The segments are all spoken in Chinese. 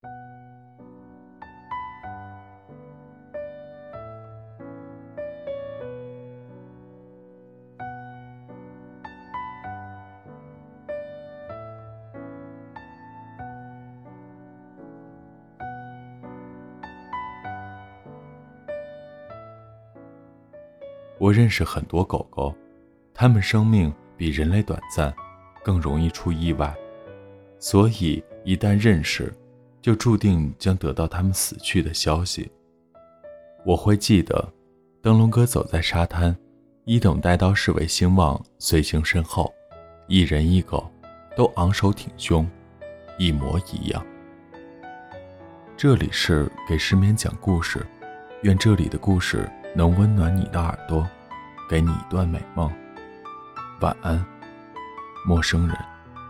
我认识很多狗狗，它们生命比人类短暂，更容易出意外，所以一旦认识，就注定将得到它们死去的消息。我会记得，灯笼哥走在沙滩，一等带刀侍卫兴旺随行身后，一人一狗都昂首挺胸，一模一样。这里是给失眠讲故事，愿这里的故事能温暖你的耳朵，给你一段美梦。晚安，陌生人。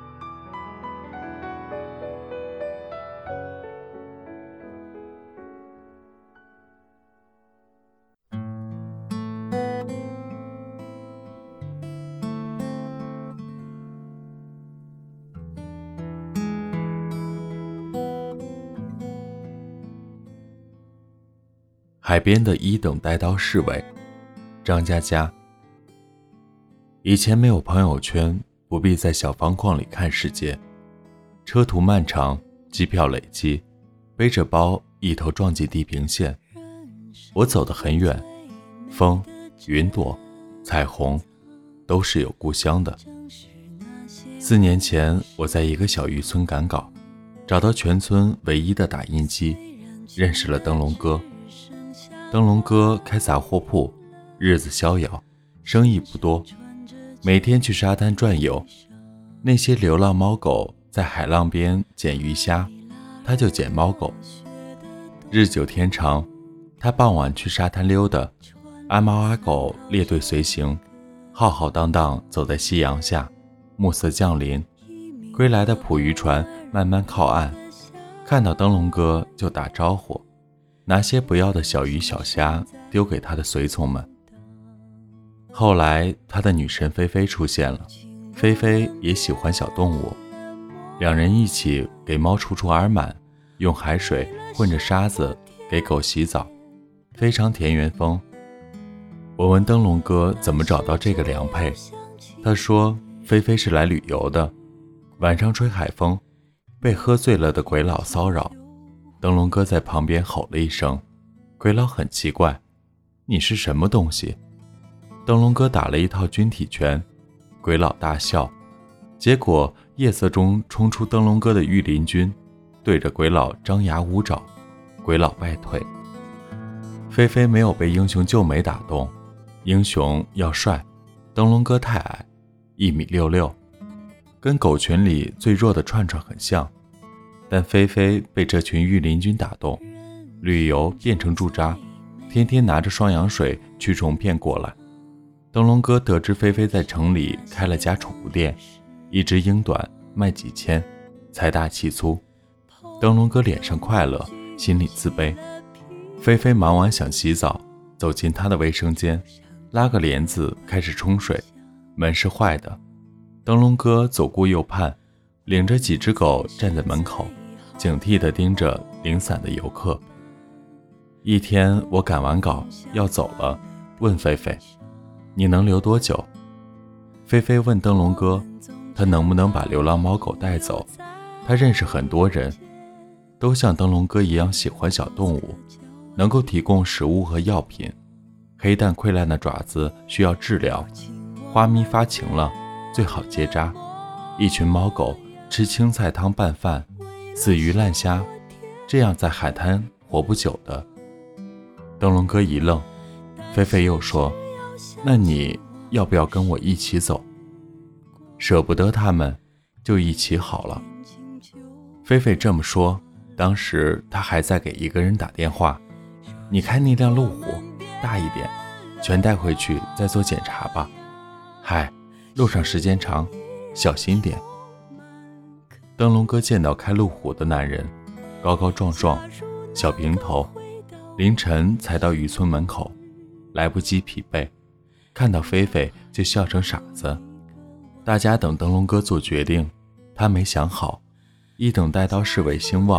海边的一等带刀侍卫，张嘉佳。以前没有朋友圈，不必在小方框里看世界，车途漫长，机票累积，背着包一头撞进地平线。我走得很远，风、云朵、彩虹都是有故乡的。4年前，我在一个小渔村赶稿，找到全村唯一的打印机，认识了灯笼哥。灯笼哥开杂货铺，日子逍遥，生意不多，每天去沙滩转悠。那些流浪猫狗在海浪边捡鱼虾，他就捡猫狗。日久天长，他傍晚去沙滩溜达，阿猫阿狗列队随行，浩浩荡荡走在夕阳下，暮色降临，归来的捕鱼船慢慢靠岸，看到灯笼哥就打招呼，拿些不要的小鱼小虾丢给他的随从们。后来他的女神菲菲出现了，菲菲也喜欢小动物，两人一起给猫除耳螨，用海水混着沙子给狗洗澡，非常田园风。我问灯笼哥怎么找到这个良配，他说菲菲是来旅游的，晚上吹海风，被喝醉了的鬼佬骚扰，灯笼哥在旁边吼了一声，鬼佬很奇怪，你是什么东西？灯笼哥打了一套军体拳，鬼佬大笑，结果夜色中冲出灯笼哥的御林军，对着鬼佬张牙舞爪，鬼佬败退。菲菲没有被英雄救美打动，英雄要帅，灯笼哥太矮，1.66米，跟狗群里最弱的串串很像，但菲菲被这群御林军打动，旅游变成驻扎，天天拿着双氧水驱虫片过来。灯笼哥得知菲菲在城里开了家宠物店，一只英短卖几千，财大气粗。灯笼哥脸上快乐，心里自卑。菲菲忙完想洗澡，走进他的卫生间，拉个帘子开始冲水，门是坏的。灯笼哥左顾右盼，领着几只狗站在门口，警惕地盯着零散的游客。一天我赶完稿要走了，问菲菲，你能留多久？菲菲问灯笼哥，他能不能把流浪猫狗带走？他认识很多人，都像灯笼哥一样喜欢小动物，能够提供食物和药品。黑蛋溃烂的爪子需要治疗，花咪发情了，最好结扎。一群猫狗吃青菜汤拌饭，死鱼烂虾，这样在海滩活不久的。灯笼哥一愣，菲菲又说，那你要不要跟我一起走？舍不得他们，就一起好了。菲菲这么说，当时他还在给一个人打电话，你开那辆路虎大一点，全带回去再做检查吧。嗨，路上时间长，小心点。灯笼哥见到开路虎的男人，高高壮壮，小平头，凌晨才到渔村门口，来不及疲惫，看到菲菲就笑成傻子。大家等灯笼哥做决定，他没想好，一等带刀侍卫兴旺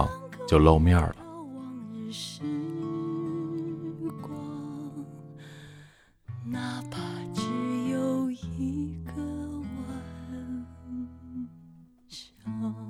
就露面了。 哪怕只有一个晚上。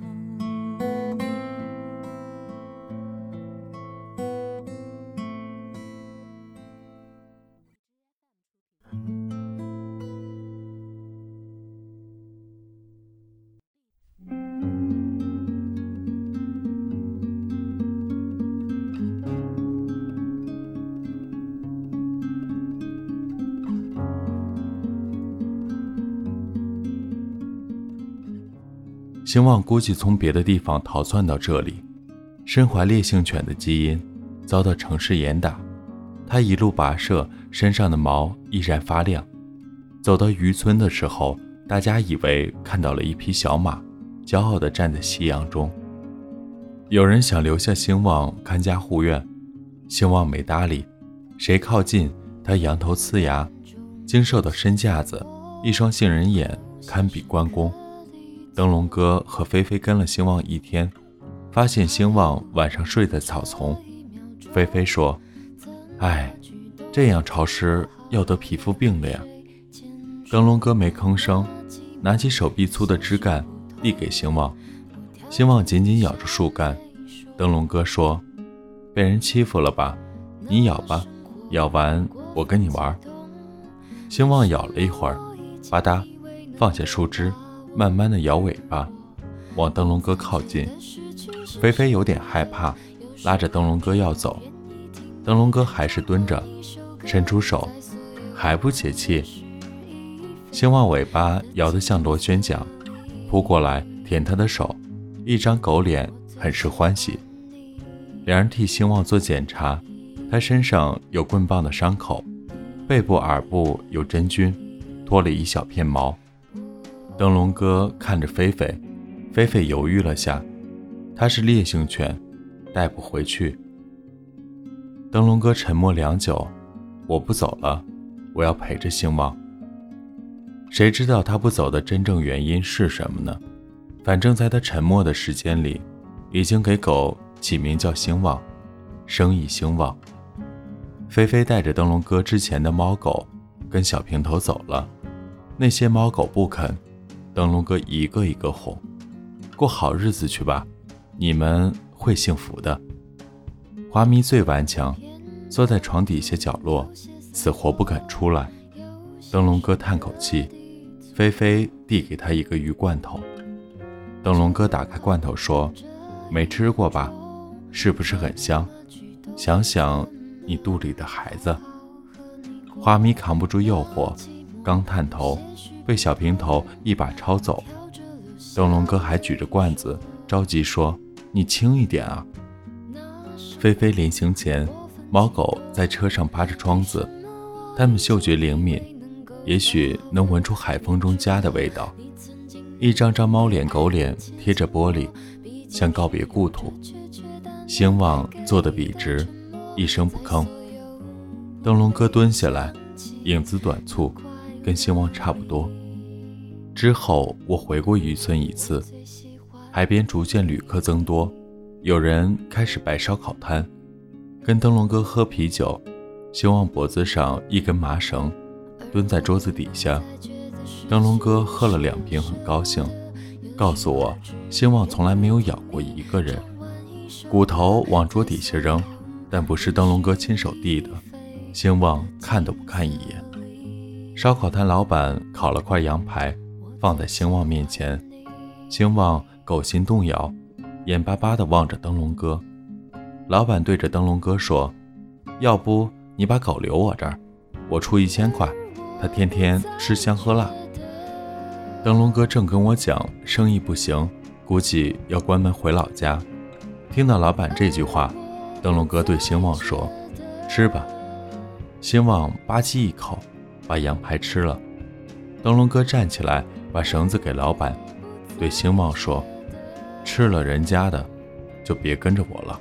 兴旺估计从别的地方逃窜到这里，身怀烈性犬的基因，遭到城市严打。他一路跋涉，身上的毛依然发亮。走到渔村的时候，大家以为看到了一匹小马，骄傲地站在夕阳中。有人想留下兴旺看家护院，兴旺没搭理，谁靠近他扬头呲牙，精瘦的身架子，一双杏仁眼堪比关公。灯笼哥和菲菲跟了兴旺一天，发现兴旺晚上睡在草丛。菲菲说：哎，这样潮湿要得皮肤病的呀。灯笼哥没吭声，拿起手臂粗的枝干递给兴旺。兴旺紧紧咬住树干。灯笼哥说：被人欺负了吧，你咬吧，咬完我跟你玩。兴旺咬了一会儿，吧嗒放下树枝，慢慢地摇尾巴，往灯笼哥靠近。菲菲有点害怕，拉着灯笼哥要走。灯笼哥还是蹲着，伸出手，还不解气。兴旺尾巴摇得像螺旋桨，扑过来舔他的手，一张狗脸，很是欢喜。两人替兴旺做检查，他身上有棍棒的伤口，背部耳部有真菌，脱了一小片毛。灯笼哥看着菲菲，菲菲犹豫了下，他是烈性犬，带不回去。灯笼哥沉默良久，我不走了，我要陪着兴旺。谁知道他不走的真正原因是什么呢？反正在他沉默的时间里，已经给狗起名叫兴旺，生意兴旺。菲菲带着灯笼哥之前的猫狗跟小平头走了，那些猫狗不肯，灯笼哥一个一个哄，过好日子去吧，你们会幸福的。华迷最顽强，缩在床底下角落，死活不肯出来。灯笼哥叹口气，菲菲递给他一个鱼罐头。灯笼哥打开罐头说：没吃过吧，是不是很香？想想你肚里的孩子。花迷扛不住诱惑，刚探头，被小平头一把抄走。灯笼哥还举着罐子，着急说：你轻一点啊。菲菲临行前，猫狗在车上扒着窗子，它们嗅觉灵敏，也许能闻出海风中家的味道。一张张猫脸狗脸贴着玻璃，像告别故土。兴旺坐得笔直，一声不吭。灯笼哥蹲下来，影子短促，跟兴旺差不多。之后我回过渔村一次，海边逐渐旅客增多，有人开始摆烧烤摊，跟灯笼哥喝啤酒。兴旺脖子上一根麻绳，蹲在桌子底下。灯笼哥喝了2瓶，很高兴，告诉我兴旺从来没有咬过一个人。骨头往桌底下扔，但不是灯笼哥亲手递的，兴旺看都不看一眼。烧烤摊老板烤了块羊排放在兴旺面前，兴旺狗心动摇，眼巴巴地望着灯笼哥。老板对着灯笼哥说：要不你把狗留我这儿，我出1000块，他天天吃香喝辣。灯笼哥正跟我讲生意不行，估计要关门回老家。听到老板这句话，灯笼哥对兴旺说：吃吧。兴旺吧唧一口把羊排吃了。灯笼哥站起来把绳子给老板，对兴旺说：吃了人家的就别跟着我了。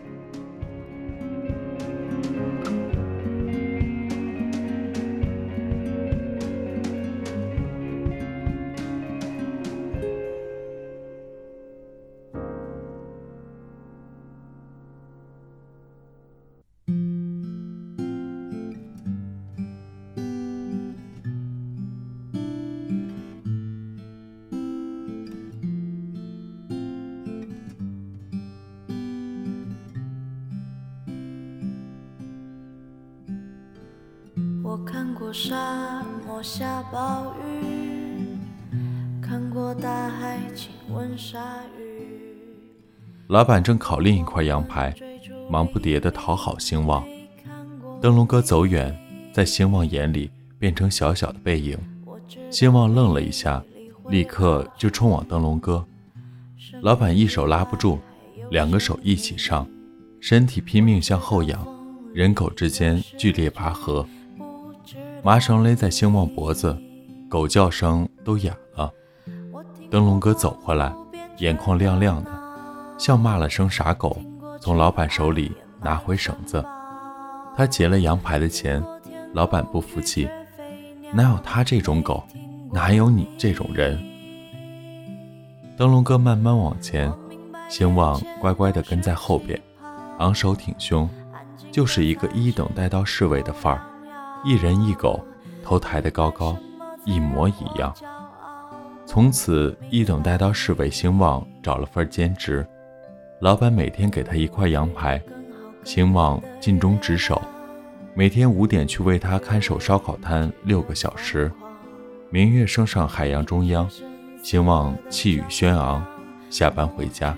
我看过沙漠下暴雨，看过大海亲吻鲨鱼。 老板正烤另一块羊排，忙不迭地讨好兴旺。灯笼哥走远，在兴旺眼里变成小小的背影。兴旺愣了一下，立刻就冲往灯笼哥。老板一手拉不住，两个手一起上，身体拼命向后仰，人狗之间剧烈拔河。麻绳勒在兴旺脖子，狗叫声都哑了。灯笼哥走回来，眼眶亮亮的，像骂了声傻狗，从老板手里拿回绳子。他结了羊排的钱，老板不服气，哪有他这种狗，哪有你这种人。灯笼哥慢慢往前，兴旺乖乖地跟在后边，昂首挺胸，就是一个一等带刀侍卫的范儿，一人一狗，头抬得高高，一模一样。从此一等带刀侍卫兴旺找了份兼职，老板每天给他一块羊排，兴旺尽忠职守，每天5点去为他看守烧烤摊6个小时。明月升上海洋中央，兴旺气宇轩昂，下班回家。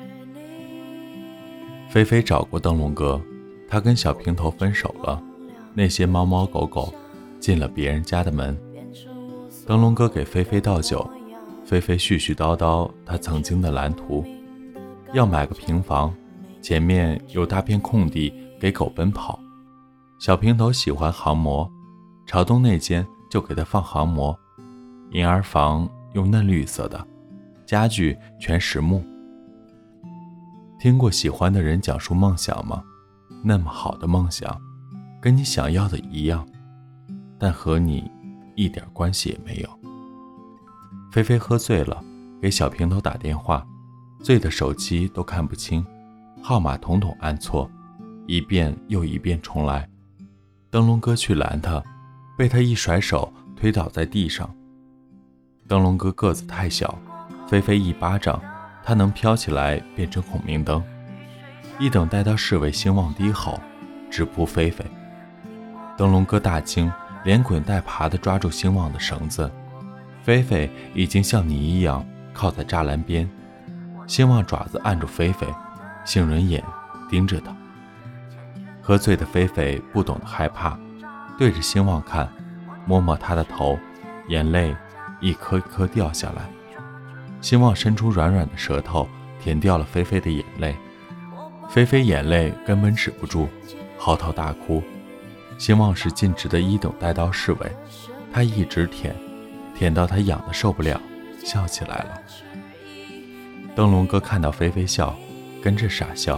菲菲找过灯笼哥，他跟小平头分手了，那些猫猫狗狗进了别人家的门。灯笼哥给菲菲倒酒，菲菲絮絮叨叨他曾经的蓝图，要买个平房，前面有大片空地给狗奔跑。小平头喜欢航模，朝东那间就给他放航模，婴儿房用嫩绿色的，家具全实木。听过喜欢的人讲述梦想吗？那么好的梦想，跟你想要的一样，但和你一点关系也没有。菲菲喝醉了，给小平头打电话，醉的手机都看不清，号码统统按错，一遍又一遍重来。灯笼哥去拦他，被他一甩手推倒在地上。灯笼哥个子太小，菲菲一巴掌，他能飘起来变成孔明灯。一等待到侍卫兴旺低吼，直扑菲菲。灯笼哥大惊，连滚带爬地抓住兴旺的绳子。菲菲已经像泥一样靠在栅栏边，兴旺爪子按住菲菲，杏仁眼盯着他。喝醉的菲菲不懂得害怕，对着兴旺看，摸摸他的头，眼泪一颗一颗掉下来。兴旺伸出软软的舌头舔掉了菲菲的眼泪，菲菲眼泪根本止不住，嚎啕大哭。兴旺是尽职的一等带刀侍卫，他一直舔到他痒得受不了，笑起来了。灯笼哥看到菲菲笑，跟着傻笑。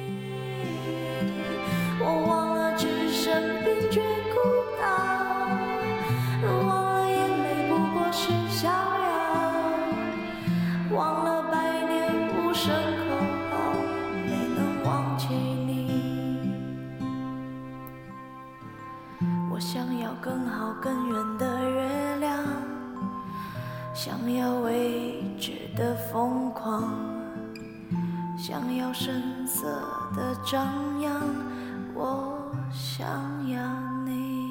我忘了置身冰绝孤岛，忘了眼泪不过是逍遥，忘了百年无声口号，没能忘记你。我想要更好更远的月亮，想要未知的疯狂，想要深色的张扬，我想要你。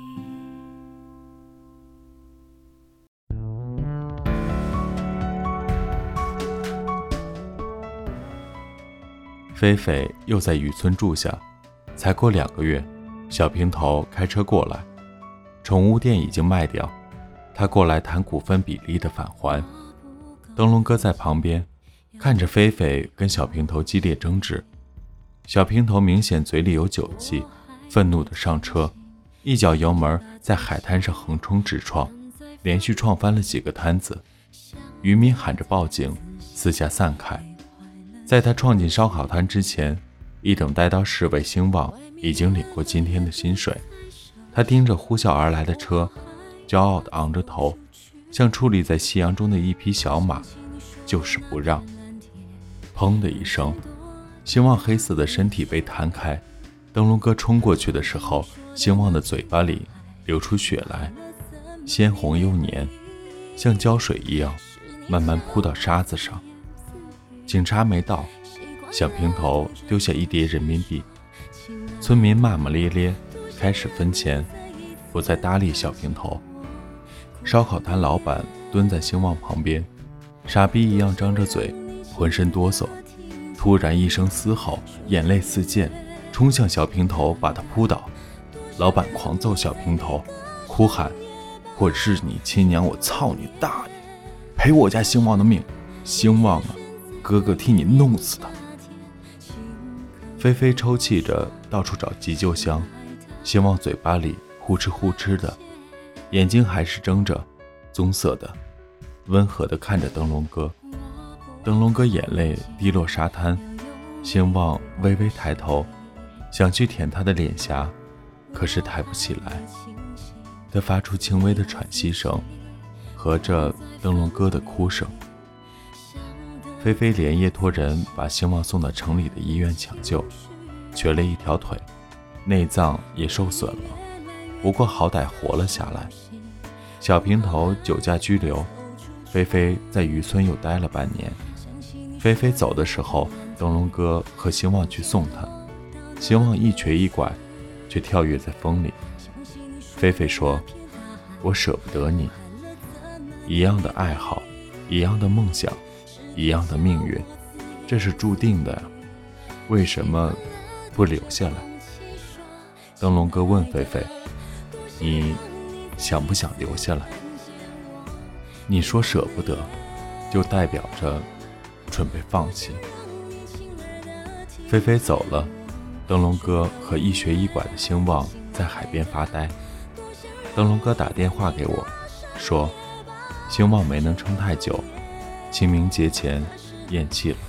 菲菲又在渔村住下，才过2个月，小平头开车过来，宠物店已经卖掉，他过来谈股份比例的返还。灯笼哥在旁边看着菲菲跟小平头激烈争执，小平头明显嘴里有酒气，愤怒地上车，一脚油门在海滩上横冲直撞，连续撞翻了几个摊子。渔民喊着报警，四下散开。在他撞进烧烤摊之前，一等待到侍卫兴旺已经领过今天的薪水。他盯着呼啸而来的车，骄傲地昂着头，像矗立在夕阳中的一匹小马，就是不让。砰的一声，兴旺黑色的身体被弹开，灯笼哥冲过去的时候，兴旺的嘴巴里流出血来，鲜红又黏，像胶水一样慢慢扑到沙子上。警察没到，小平头丢下1叠人民币，村民骂骂咧咧，开始分钱。 不再搭理小平头。烧烤摊老板蹲在兴旺旁边，傻逼一样张着嘴，浑身哆嗦。突然一声嘶吼，眼泪四溅，冲向小平头，把他扑倒。老板狂揍小平头，哭喊：我日你亲娘，我操你大爷，赔我家兴旺的命，兴旺啊，哥哥替你弄死他。菲菲抽泣着到处找急救箱，兴旺嘴巴里呼哧呼哧的，眼睛还是睁着，棕色的，温和地看着灯笼哥。灯笼哥眼泪滴落沙滩，兴旺微微抬头，想去舔他的脸颊，可是抬不起来。他发出轻微的喘息声，合着灯笼哥的哭声。菲菲连夜托人把兴旺送到城里的医院抢救，瘸了一条腿，内脏也受损了，不过好歹活了下来。小平头酒驾拘留，菲菲在渔村又待了半年。菲菲走的时候，灯笼哥和兴旺去送她，兴旺一瘸一拐，却跳跃在风里。菲菲说：我舍不得你，一样的爱好，一样的梦想，一样的命运，这是注定的呀，为什么不留下来？灯笼哥问菲菲：你想不想留下来？你说舍不得，就代表着准备放弃。菲菲走了，灯笼哥和一瘸一拐的兴旺在海边发呆。灯笼哥打电话给我，说兴旺没能撑太久，清明节前咽气了。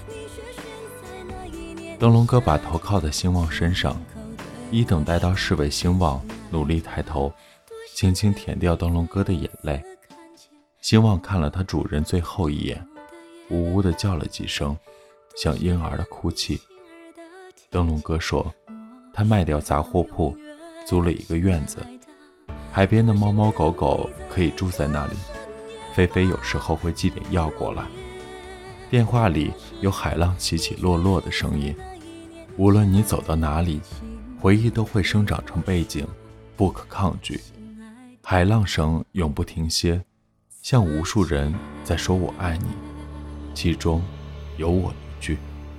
灯笼哥把头靠在兴旺身上，一等待到侍卫兴旺努力抬头，轻轻舔掉灯笼哥的眼泪。兴旺看了他主人最后一眼，呜呜地叫了几声，像婴儿的哭泣。灯笼哥说他卖掉杂货铺，租了一个院子，海边的猫猫狗狗可以住在那里，菲菲有时候会寄点药过来。电话里有海浪起起落落的声音，无论你走到哪里，回忆都会生长成背景，不可抗拒。海浪声永不停歇，像无数人在说我爱你，其中有我一句。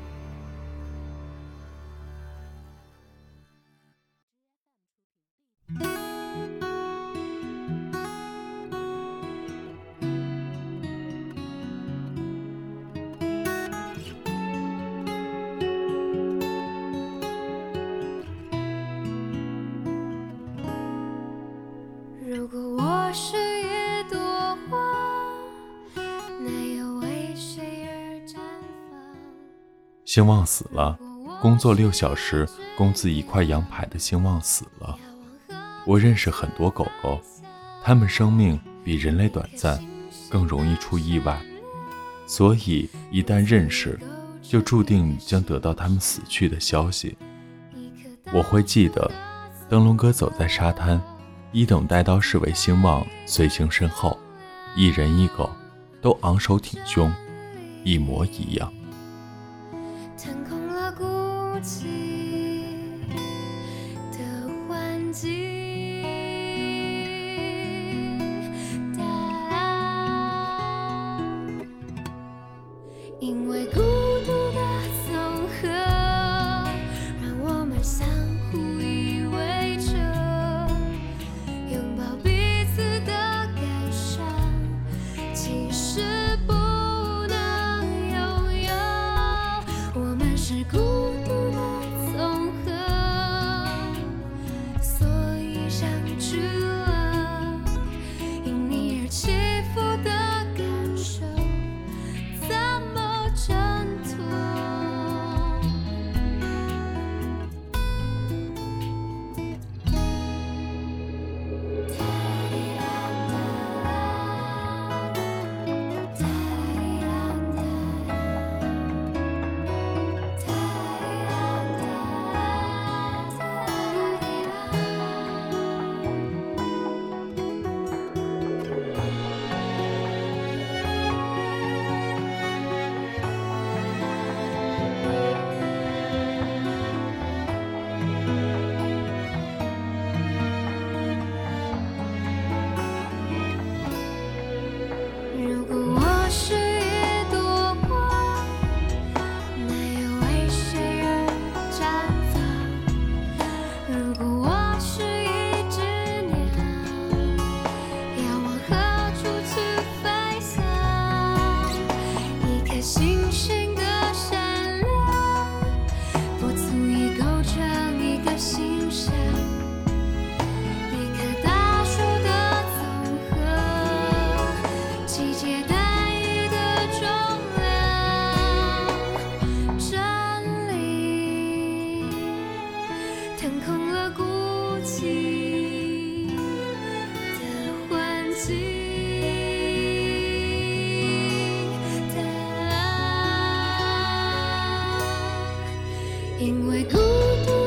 如果我是一朵花，那又为谁而绽放？ 兴旺死了，工作6小时，工资1块羊排的兴旺死了。我认识很多狗狗，它们生命比人类短暂，更容易出意外，所以一旦认识，就注定将得到它们死去的消息。我会记得，灯笼哥走在沙滩，一等待刀侍卫兴旺随行身后，一人一狗都昂首挺胸，一模一样。 腾空了孤寂的环境，因为孤独的总和，让我们相互依偎着，拥抱彼此的感伤，其实不能拥有。我们是孤独的腾空了孤寂的环境。因为孤独